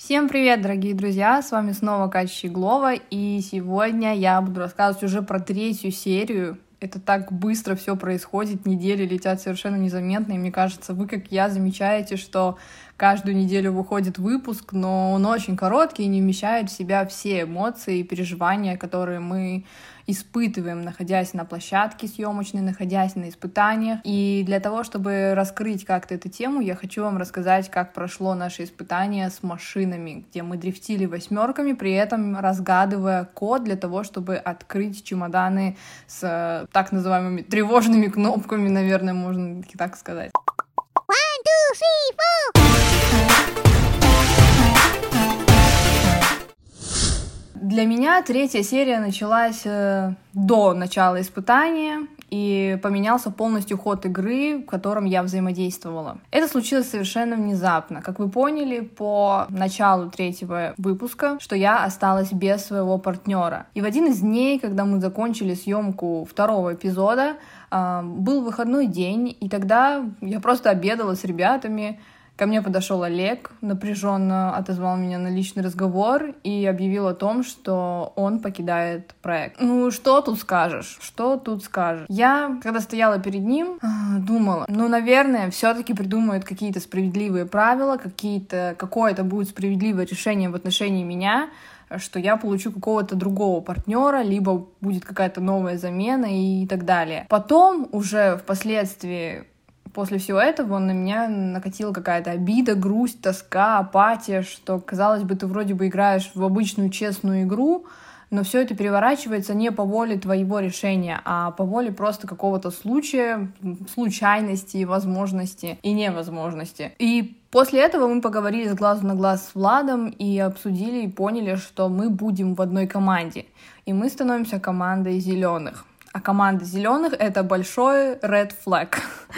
Всем привет, дорогие друзья! С вами снова Катя Щеглова, и сегодня я буду рассказывать уже про третью серию. Это так быстро все происходит, недели летят совершенно незаметно, и мне кажется, вы, как я, замечаете, что каждую неделю выходит выпуск, но он очень короткий и не вмещает в себя все эмоции и переживания, которые мы испытываем, находясь на площадке съемочной, находясь на испытаниях. И для того, чтобы раскрыть как-то эту тему, я хочу вам рассказать, как прошло наше испытание с машинами, где мы дрифтили восьмерками, при этом разгадывая код для того, чтобы открыть чемоданы с так называемыми тревожными кнопками, наверное, можно так сказать. 1, 2, 3, 4. Для меня третья серия началась до начала испытания, и поменялся полностью ход игры, в котором я взаимодействовала. Это случилось совершенно внезапно. Как вы поняли по началу третьего выпуска, что я осталась без своего партнера. И в один из дней, когда мы закончили съемку второго эпизода, был выходной день, и тогда я просто обедала с ребятами. Ко мне подошел Олег, напряженно отозвал меня на личный разговор и объявил о том, что он покидает проект. Ну, что тут скажешь? Что тут скажешь? Я, когда стояла перед ним, думала, наверное, все-таки придумают какие-то справедливые правила, какое-то будет справедливое решение в отношении меня, что я получу какого-то другого партнера, либо будет какая-то новая замена и так далее. Потом, уже впоследствии, после всего этого на меня накатила какая-то обида, грусть, тоска, апатия, что, казалось бы, ты вроде бы играешь в обычную честную игру, но все это переворачивается не по воле твоего решения, а по воле просто какого-то случая, случайности, возможности и невозможности. И после этого мы поговорили с глазу на глаз с Владом и обсудили и поняли, что мы будем в одной команде. И мы становимся командой зеленых. А команда зеленых — это большой red flag,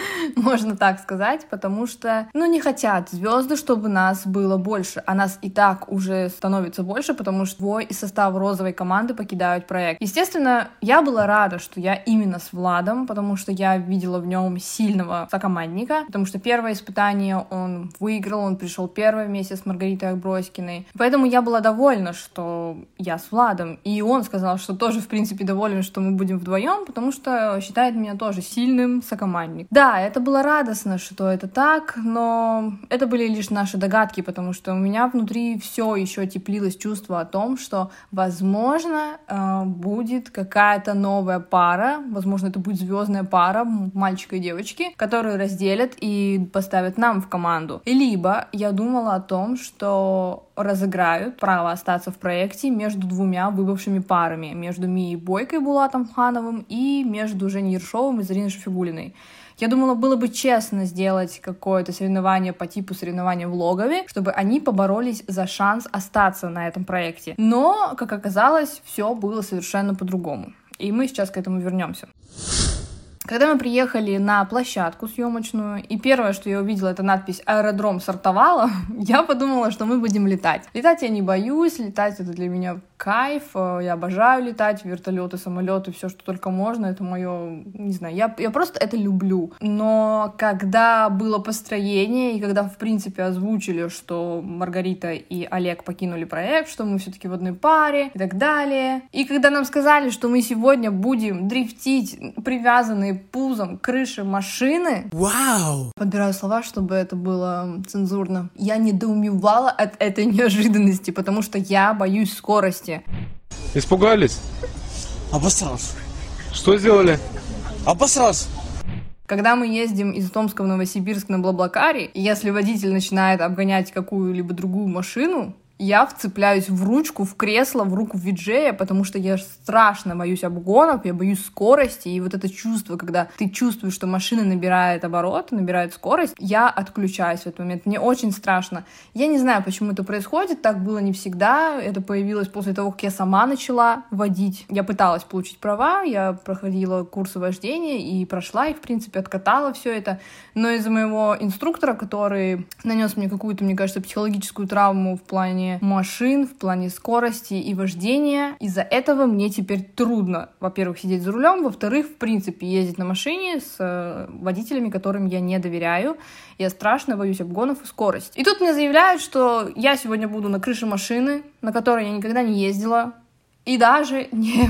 можно так сказать, потому что, не хотят звезды, чтобы нас было больше, а нас и так уже становится больше, потому что двое из состава розовой команды покидают проект. Естественно, я была рада, что я именно с Владом, потому что я видела в нем сильного сокомандника, потому что первое испытание он выиграл, он пришел первый вместе с Маргаритой Аброськиной, поэтому я была довольна, что я с Владом, и он сказал, что тоже, в принципе, доволен, что мы будем вдвоем, потому что считает меня тоже сильным сокомандником. Да, это было радостно, что это так, но это были лишь наши догадки, потому что у меня внутри все еще теплилось чувство о том, что, возможно, будет какая-то новая пара, возможно, это будет звездная пара мальчика и девочки, которые разделят и поставят нам в команду. Либо я думала о том, что разыграют право остаться в проекте между двумя выбывшими парами, между Мией Бойко и Булатом Хановым и между Женей Ершовым и Зариной Шафигуллиной. Я думала, было бы честно сделать какое-то соревнование по типу соревнования в логове, чтобы они поборолись за шанс остаться на этом проекте. Но, как оказалось, все было совершенно по-другому. И мы сейчас к этому вернемся. Когда мы приехали на площадку съемочную, и первое, что я увидела, это надпись «Аэродром Сартовала», я подумала, что мы будем летать. Летать я не боюсь, летать — это для меня кайф, я обожаю летать, вертолеты, самолеты, все, что только можно, это мое, не знаю, я просто это люблю. Но когда было построение, и когда, в принципе, озвучили, что Маргарита и Олег покинули проект, что мы все-таки в одной паре и так далее, и когда нам сказали, что мы сегодня будем дрифтить, привязанные пузом к крыше машины, Вау! Подбираю слова, чтобы это было цензурно. Я недоумевала от этой неожиданности, потому что я боюсь скорости. Испугались? Обосрался. Что сделали? Обосрался. Когда мы ездим из Томска в Новосибирск на Блаблакаре, и если водитель начинает обгонять какую-либо другую машину, я вцепляюсь в ручку, в кресло, в руку виджея, потому что я страшно боюсь обгонов, я боюсь скорости, и вот это чувство, когда ты чувствуешь, что машина набирает обороты, набирает скорость, я отключаюсь в этот момент, мне очень страшно. Я не знаю, почему это происходит, так было не всегда, это появилось после того, как я сама начала водить. Я пыталась получить права, я проходила курсы вождения и прошла их, в принципе, откатала все это, но из-за моего инструктора, который нанес мне какую-то, мне кажется, психологическую травму в плане плане машин, в плане скорости и вождения. Из-за этого мне теперь трудно, во-первых, сидеть за рулем, во-вторых, в принципе, ездить на машине с водителями, которым я не доверяю. Я страшно боюсь обгонов и скорости. И тут мне заявляют, что я сегодня буду на крыше машины, на которой я никогда не ездила, и даже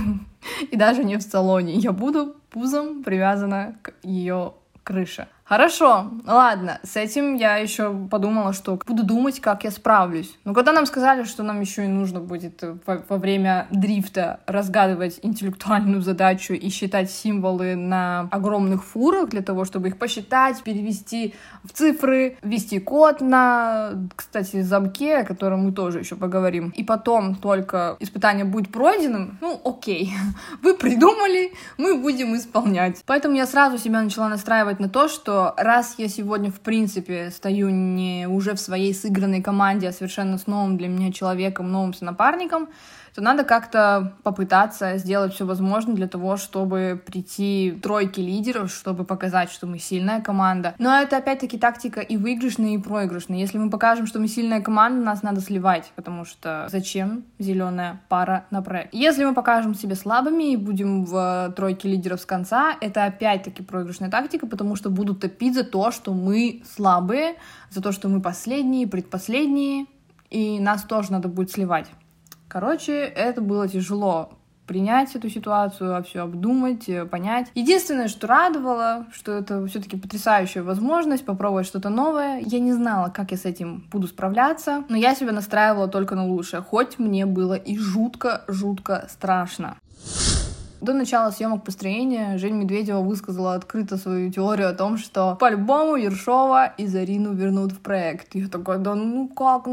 не в салоне. Я буду пузом привязана к ее крыше. Хорошо, ладно, с этим я еще подумала, что буду думать, как я справлюсь. Но когда нам сказали, что нам еще и нужно будет во время дрифта разгадывать интеллектуальную задачу и считать символы на огромных фурах для того, чтобы их посчитать, перевести в цифры, ввести код на, кстати, замке, о котором мы тоже еще поговорим, и потом только испытание будет пройденным, ну окей, вы придумали, мы будем исполнять. Поэтому я сразу себя начала настраивать на то, что раз я сегодня, в принципе, стою не уже в своей сыгранной команде, а совершенно с новым для меня человеком, новым сонапарником, то надо как-то попытаться сделать все возможное для того, чтобы прийти в тройки лидеров, чтобы показать, что мы сильная команда. Но это, опять-таки, тактика и выигрышная, и проигрышная. Если мы покажем, что мы сильная команда, нас надо сливать, потому что зачем зеленая пара на проект? Если мы покажем себя слабыми и будем в тройке лидеров с конца, это, опять-таки, проигрышная тактика, потому что будут топить за то, что мы слабые, за то, что мы последние, предпоследние, и нас тоже надо будет сливать. Короче, это было тяжело принять эту ситуацию, все обдумать, понять. Единственное, что радовало, что это все-таки потрясающая возможность попробовать что-то новое. Я не знала, как я с этим буду справляться, но я себя настраивала только на лучшее, хоть мне было и жутко страшно. До начала съемок построения Женя Медведева высказала открыто свою теорию о том, что по-любому Ершова и Зарину вернут в проект. Я такая, да ну как,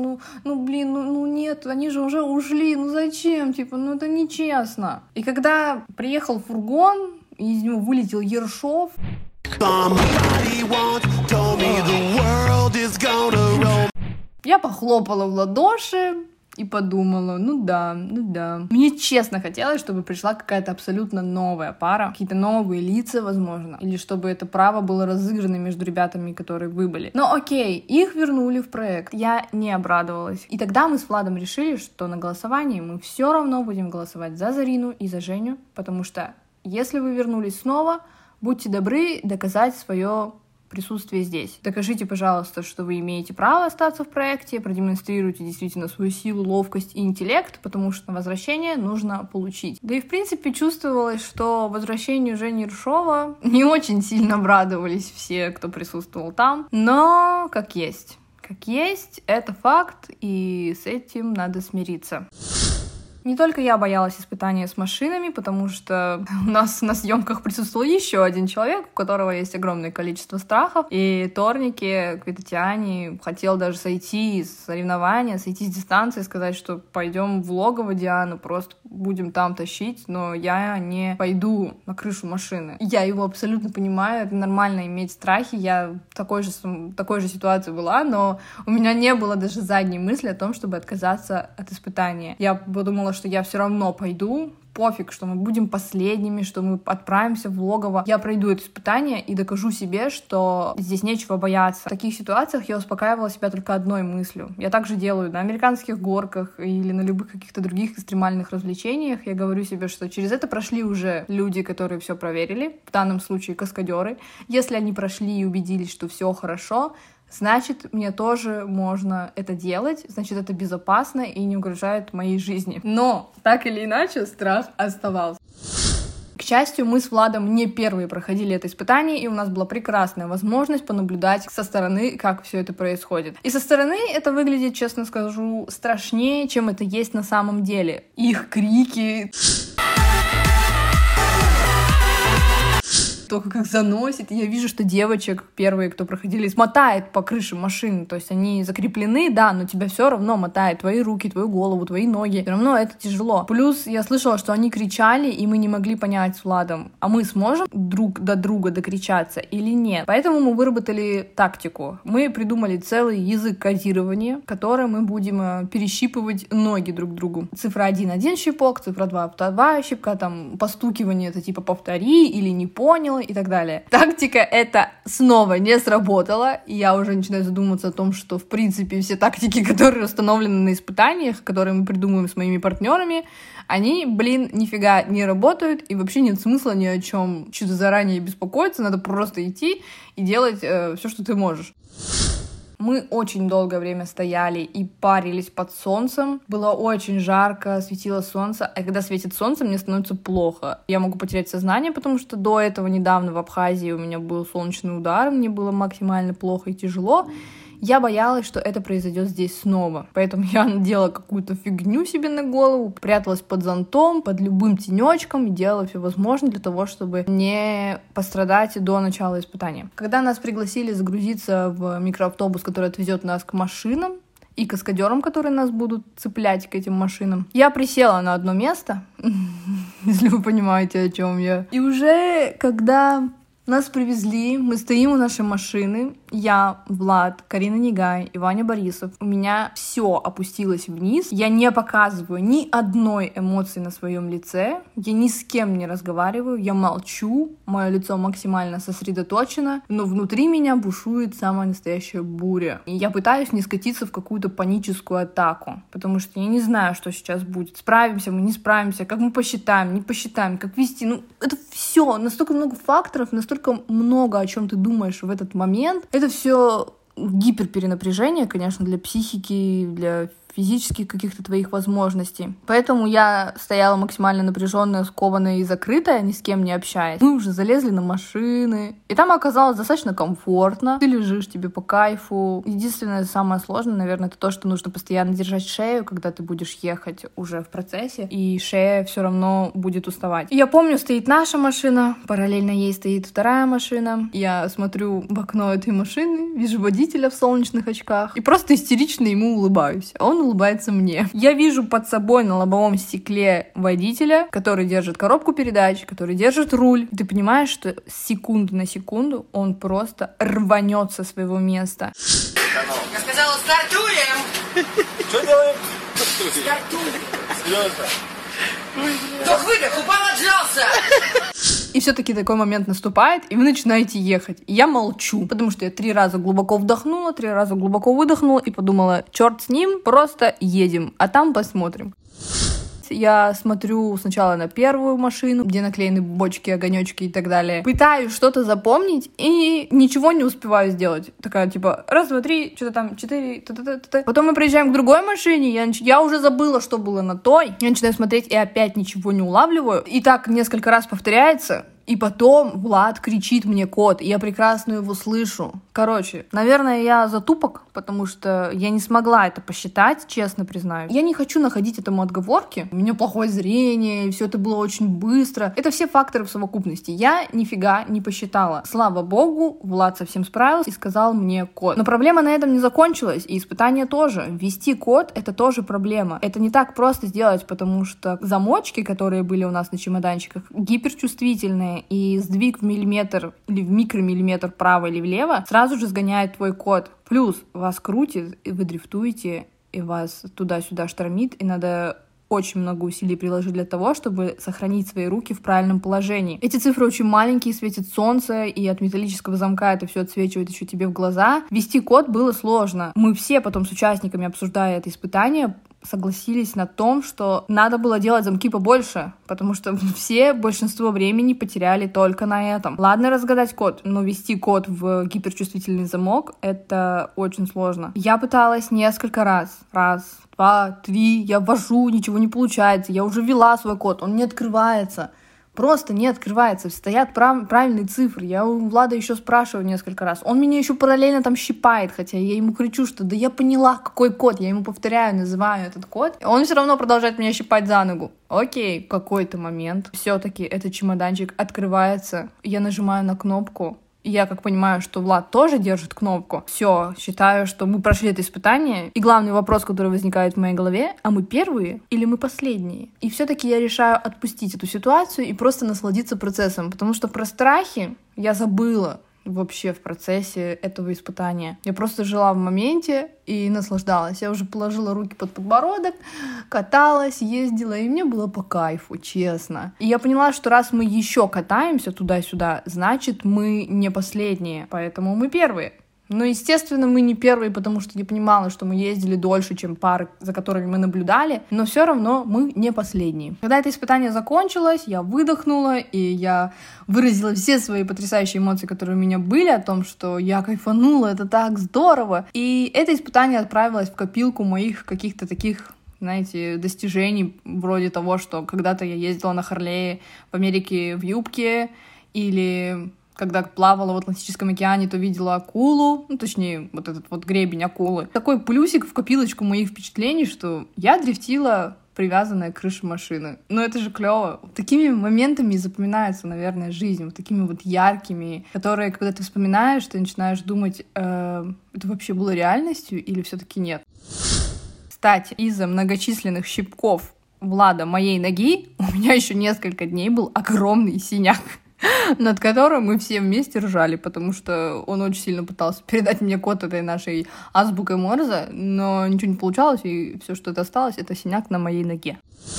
ну нет, они же уже ушли, ну зачем, типа, ну это нечестно. И когда приехал фургон, и из него вылетел Ершов, я похлопала в ладоши и подумала, ну да. Мне честно хотелось, чтобы пришла какая-то абсолютно новая пара, какие-то новые лица, возможно, или чтобы это право было разыграно между ребятами, которые выбыли. Но окей, их вернули в проект. Я не обрадовалась. И тогда мы с Владом решили, что на голосовании мы все равно будем голосовать за Зарину и за Женю, потому что если вы вернулись снова, будьте добры доказать свое присутствие здесь. Докажите, пожалуйста, что вы имеете право остаться в проекте, продемонстрируйте действительно свою силу, ловкость и интеллект, потому что возвращение нужно получить. Да и, в принципе, чувствовалось, что возвращению Жени Ершова не очень сильно обрадовались все, кто присутствовал там, но как есть. Как есть, это факт, и с этим надо смириться. Не только я боялась испытания с машинами, потому что у нас на съемках присутствовал еще один человек, у которого есть огромное количество страхов. И Торнике, Квитатиане хотел даже сойти с соревнования, сойти с дистанции, сказать, что пойдем в логово Диану, просто будем там тащить, но я не пойду на крышу машины. Я его абсолютно понимаю, это нормально иметь страхи, я в такой же ситуации была, но у меня не было даже задней мысли о том, чтобы отказаться от испытания. Я подумала, что я все равно пойду, пофиг, что мы будем последними, что мы отправимся в логово. Я пройду это испытание и докажу себе, что здесь нечего бояться. В таких ситуациях я успокаивала себя только одной мыслью. Я также делаю на американских горках или на любых каких-то других экстремальных развлечениях. Я говорю себе, что через это прошли уже люди, которые все проверили, в данном случае каскадеры. Если они прошли и убедились, что все хорошо, значит, мне тоже можно это делать, значит, это безопасно и не угрожает моей жизни. Но, так или иначе, страх оставался. К счастью, мы с Владом не первые проходили это испытание, и у нас была прекрасная возможность понаблюдать со стороны, как все это происходит. И со стороны это выглядит, честно скажу, страшнее, чем это есть на самом деле. Их крики... только как заносит. И я вижу, что девочек, первые, кто проходили, мотает по крыше машины. То есть они закреплены, да, но тебя все равно мотает. Твои руки, твою голову, твои ноги. Все равно это тяжело. Плюс я слышала, что они кричали, и мы не могли понять с Владом, а мы сможем друг до друга докричаться или нет. Поэтому мы выработали тактику. Мы придумали целый язык кодирования, который мы будем перещипывать ноги друг другу. Цифра 1 — 1 щипок, цифра 2 — 2 щипка, там постукивание — это типа повтори или не понял, и так далее. Тактика эта снова не сработала, и я уже начинаю задумываться о том, что, в принципе, все тактики, которые установлены на испытаниях, которые мы придумываем с моими партнерами, они, нифига не работают, и вообще нет смысла ни о чем что-то заранее беспокоиться, надо просто идти и делать все, что ты можешь. Мы очень долгое время стояли и парились под солнцем. Было очень жарко, светило солнце. А когда светит солнце, мне становится плохо. Я могу потерять сознание, потому что до этого недавно в Абхазии у меня был солнечный удар, мне было максимально плохо и тяжело. Я боялась, что это произойдет здесь снова. Поэтому я надела какую-то фигню себе на голову, пряталась под зонтом, под любым тенечком и делала все возможное для того, чтобы не пострадать до начала испытания. Когда нас пригласили загрузиться в микроавтобус, который отвезет нас к машинам, и каскадерам, которые нас будут цеплять к этим машинам, я присела на одно место, если вы понимаете, о чем я. И уже когда нас привезли, мы стоим у нашей машины, я, Влад, Карина Нигай и Ваня Борисов. У меня все опустилось вниз, я не показываю ни одной эмоции на своем лице, я ни с кем не разговариваю, я молчу, мое лицо максимально сосредоточено, но внутри меня бушует самая настоящая буря. И я пытаюсь не скатиться в какую-то паническую атаку, потому что я не знаю, что сейчас будет. Справимся мы, не справимся, как мы посчитаем, не посчитаем, как вести. Это все, настолько много факторов, настолько много о чем ты думаешь в этот момент. Это все гиперперенапряжение, конечно, для психики, для физических каких-то твоих возможностей. Поэтому я стояла максимально напряженная, скованная и закрытая, ни с кем не общаясь. Мы уже залезли на машины, и там оказалось достаточно комфортно. Ты лежишь, тебе по кайфу. Единственное, самое сложное, наверное, это то, что нужно постоянно держать шею, когда ты будешь ехать уже в процессе, и шея все равно будет уставать. И я помню, стоит наша машина, параллельно ей стоит вторая машина. Я смотрю в окно этой машины, вижу водителя в солнечных очках, и просто истерично ему улыбаюсь. Он улыбается мне. Я вижу под собой на лобовом стекле водителя, который держит коробку передач, который держит руль. И ты понимаешь, что с секунды на секунду он просто рванет со своего места. Я сказала, стартуем! Что делаем? Стартуем! Серьезно? Вдох-выдох, упал, отжался! И все-таки такой момент наступает, и вы начинаете ехать. И я молчу, потому что я 3 раза глубоко вдохнула, 3 раза глубоко выдохнула и подумала, черт с ним, просто едем, а там посмотрим. Я смотрю сначала на первую машину, где наклеены бочки, огонечки и так далее. Пытаюсь что-то запомнить и ничего не успеваю сделать. Такая типа 1, 2, 3, что-то там 4, та-та-та-та. Потом мы приезжаем к другой машине, я уже забыла, что было на той. Я начинаю смотреть и опять ничего не улавливаю. И так несколько раз повторяется. И потом Влад кричит мне код, и я прекрасно его слышу. Короче, наверное, я затупок, потому что я не смогла это посчитать, честно признаюсь. Я не хочу находить этому отговорки. У меня плохое зрение, и все это было очень быстро. Это все факторы в совокупности. Я нифига не посчитала. Слава богу, Влад совсем справился и сказал мне код. Но проблема на этом не закончилась, и испытание тоже. Ввести код — это тоже проблема. Это не так просто сделать, потому что замочки, которые были у нас на чемоданчиках, гиперчувствительные, и сдвиг в миллиметр или в микромиллиметр вправо или влево сразу же сгоняет твой код. Плюс вас крутит, и вы дрифтуете, и вас туда-сюда штормит, и надо очень много усилий приложить для того, чтобы сохранить свои руки в правильном положении. Эти цифры очень маленькие, светит солнце, и от металлического замка это все отсвечивает еще тебе в глаза. Ввести код было сложно. Мы все потом с участниками, обсуждая это испытание, согласились на том, что надо было делать замки побольше, потому что все большинство времени потеряли только на этом. Ладно разгадать код, но ввести код в гиперчувствительный замок — это очень сложно. Я пыталась несколько раз. 1, 2, 3, я ввожу, ничего не получается. Я уже ввела свой код, он не открывается. Просто не открывается, стоят правильные цифры. Я у Влада еще спрашиваю несколько раз. Он меня еще параллельно там щипает, хотя я ему кричу, что да я поняла, какой код. Я ему повторяю, называю этот код. Он все равно продолжает меня щипать за ногу. Окей, в какой-то момент все-таки этот чемоданчик открывается. Я нажимаю на кнопку. Я как понимаю, что Влад тоже держит кнопку. Все, считаю, что мы прошли это испытание. И главный вопрос, который возникает в моей голове: а мы первые или мы последние? И все-таки я решаю отпустить эту ситуацию и просто насладиться процессом, потому что про страхи я забыла. вообще в процессе этого испытания. Я просто жила в моменте и наслаждалась. Я уже положила руки под подбородок, каталась, ездила, и мне было по кайфу, честно. И я поняла, что раз мы еще катаемся туда-сюда, значит, мы не последние, поэтому мы первые. Но, естественно, мы не первые, потому что я понимала, что мы ездили дольше, чем пары, за которыми мы наблюдали, но все равно мы не последние. Когда это испытание закончилось, я выдохнула, и я выразила все свои потрясающие эмоции, которые у меня были, о том, что я кайфанула, это так здорово. И это испытание отправилось в копилку моих каких-то таких, знаете, достижений, вроде того, что когда-то я ездила на Харлее в Америке в юбке, или когда плавала в Атлантическом океане, то видела акулу, точнее, вот этот вот гребень акулы. Такой плюсик в копилочку моих впечатлений, что я дрифтила, привязанная к крыше машины. Но это же клево. Такими моментами запоминается, наверное, жизнь, вот такими вот яркими, которые, когда ты вспоминаешь, ты начинаешь думать, это вообще было реальностью или все-таки нет. Кстати, из-за многочисленных щипков Влада моей ноги у меня еще несколько дней был огромный синяк, над которым мы все вместе ржали, потому что он очень сильно пытался передать мне код этой нашей азбукой Морзе, но ничего не получалось, и все, что это осталось, это синяк на моей ноге.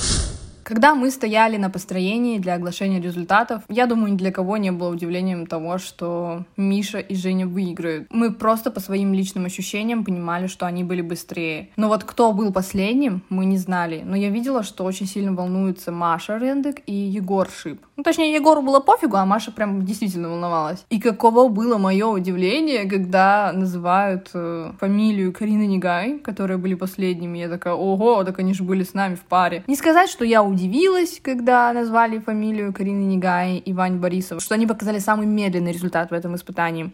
Когда мы стояли на построении для оглашения результатов, я думаю, ни для кого не было удивлением того, что Миша и Женя выиграют. Мы просто по своим личным ощущениям понимали, что они были быстрее. Но вот кто был последним, мы не знали. Но я видела, что очень сильно волнуются Маша Рендек и Егор Шип. Точнее, Егору было пофигу, а Маша прям действительно волновалась. И каково было мое удивление, когда называют фамилию Карины Нигай, которые были последними. Я такая, ого, так они же были с нами в паре. Не сказать, что я удивилась, когда назвали фамилию Карины Нигай и Вани Борисова, что они показали самый медленный результат в этом испытании.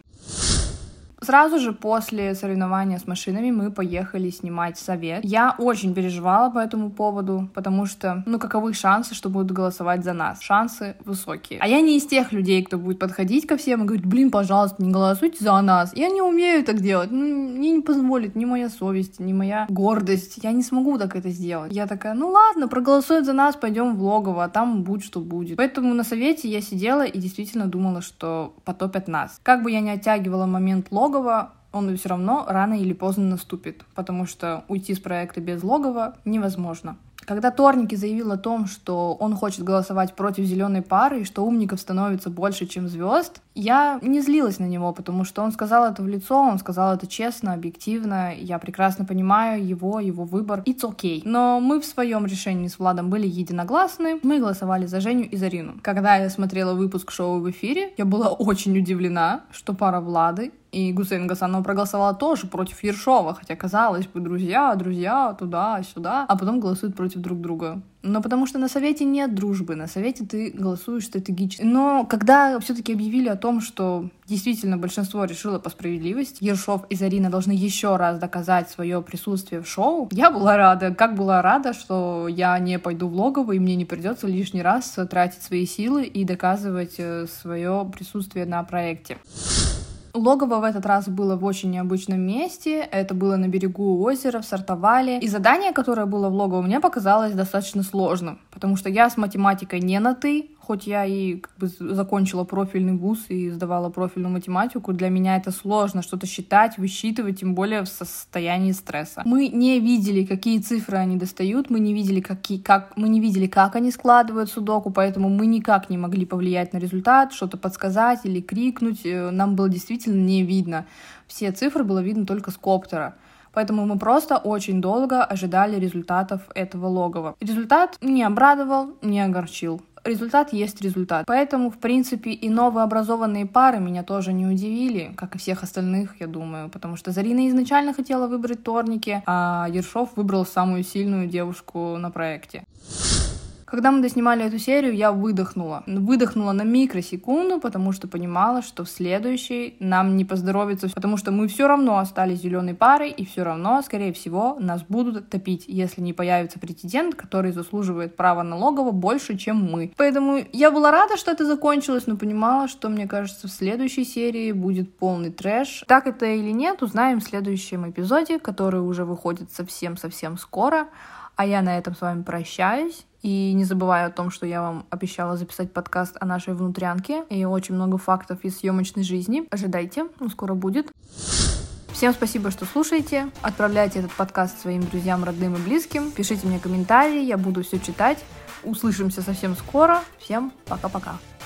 Сразу же после соревнования с машинами мы поехали снимать совет. Я очень переживала по этому поводу, потому что, каковы шансы, что будут голосовать за нас? Шансы высокие. А я не из тех людей, кто будет подходить ко всем и говорить, пожалуйста, не голосуйте за нас. Я не умею так делать. Мне не позволит ни моя совесть, ни моя гордость. Я не смогу так это сделать. Я такая, ладно, проголосуют за нас, пойдем в логово, а там будь что будет. Поэтому на совете я сидела и действительно думала, что потопят нас. Как бы я ни оттягивала момент логова, он все равно рано или поздно наступит, потому что уйти с проекта без логова невозможно. Когда Торники заявил о том, что он хочет голосовать против зеленой пары и что умников становится больше, чем звезд, я не злилась на него, потому что он сказал это в лицо, он сказал это честно, объективно, я прекрасно понимаю его выбор, it's okay. Но мы в своем решении с Владом были единогласны, мы голосовали за Женю и Зарину. Когда я смотрела выпуск шоу в эфире, я была очень удивлена, что пара Влады и Гусейн Гасанова проголосовала тоже против Ершова, хотя, казалось бы, друзья, туда-сюда, а потом голосуют против друг друга. Но потому что на совете нет дружбы, на совете ты голосуешь стратегически. Но когда все-таки объявили о том, что действительно большинство решило по справедливости, Ершов и Зарина должны еще раз доказать свое присутствие в шоу, я была рада. Как была рада, что я не пойду в логово, и мне не придется лишний раз тратить свои силы и доказывать свое присутствие на проекте. Логово в этот раз было в очень необычном месте. Это было на берегу озера, в Сартовале. И задание, которое было в логово, мне показалось достаточно сложным, потому что я с математикой не на «ты», хоть я и закончила профильный вуз и сдавала профильную математику, для меня это сложно что-то считать, высчитывать, тем более в состоянии стресса. Мы не видели, какие цифры они достают, мы не видели, как они складывают судоку, поэтому мы никак не могли повлиять на результат, что-то подсказать или крикнуть. Нам было действительно не видно. Все цифры было видно только с коптера. Поэтому мы просто очень долго ожидали результатов этого логова. Результат не обрадовал, не огорчил. Результат есть результат. Поэтому, в принципе, и новообразованные пары меня тоже не удивили, как и всех остальных, я думаю, потому что Зарина изначально хотела выбрать Торники, а Ершов выбрал самую сильную девушку на проекте. Когда мы доснимали эту серию, я выдохнула. Выдохнула на микросекунду, потому что понимала, что в следующей нам не поздоровится, потому что мы все равно остались зеленой парой, и все равно, скорее всего, нас будут топить, если не появится претендент, который заслуживает права на логово больше, чем мы. Поэтому я была рада, что это закончилось, но понимала, что, мне кажется, в следующей серии будет полный трэш. Так это или нет, узнаем в следующем эпизоде, который уже выходит совсем-совсем скоро. А я на этом с вами прощаюсь И не забываю о том, что я вам обещала записать подкаст о нашей внутрянке и очень много фактов из съемочной жизни. Ожидайте, скоро будет. Всем спасибо, что слушаете. Отправляйте этот подкаст своим друзьям, родным и близким. Пишите мне комментарии, я буду все читать. Услышимся совсем скоро. Всем пока-пока.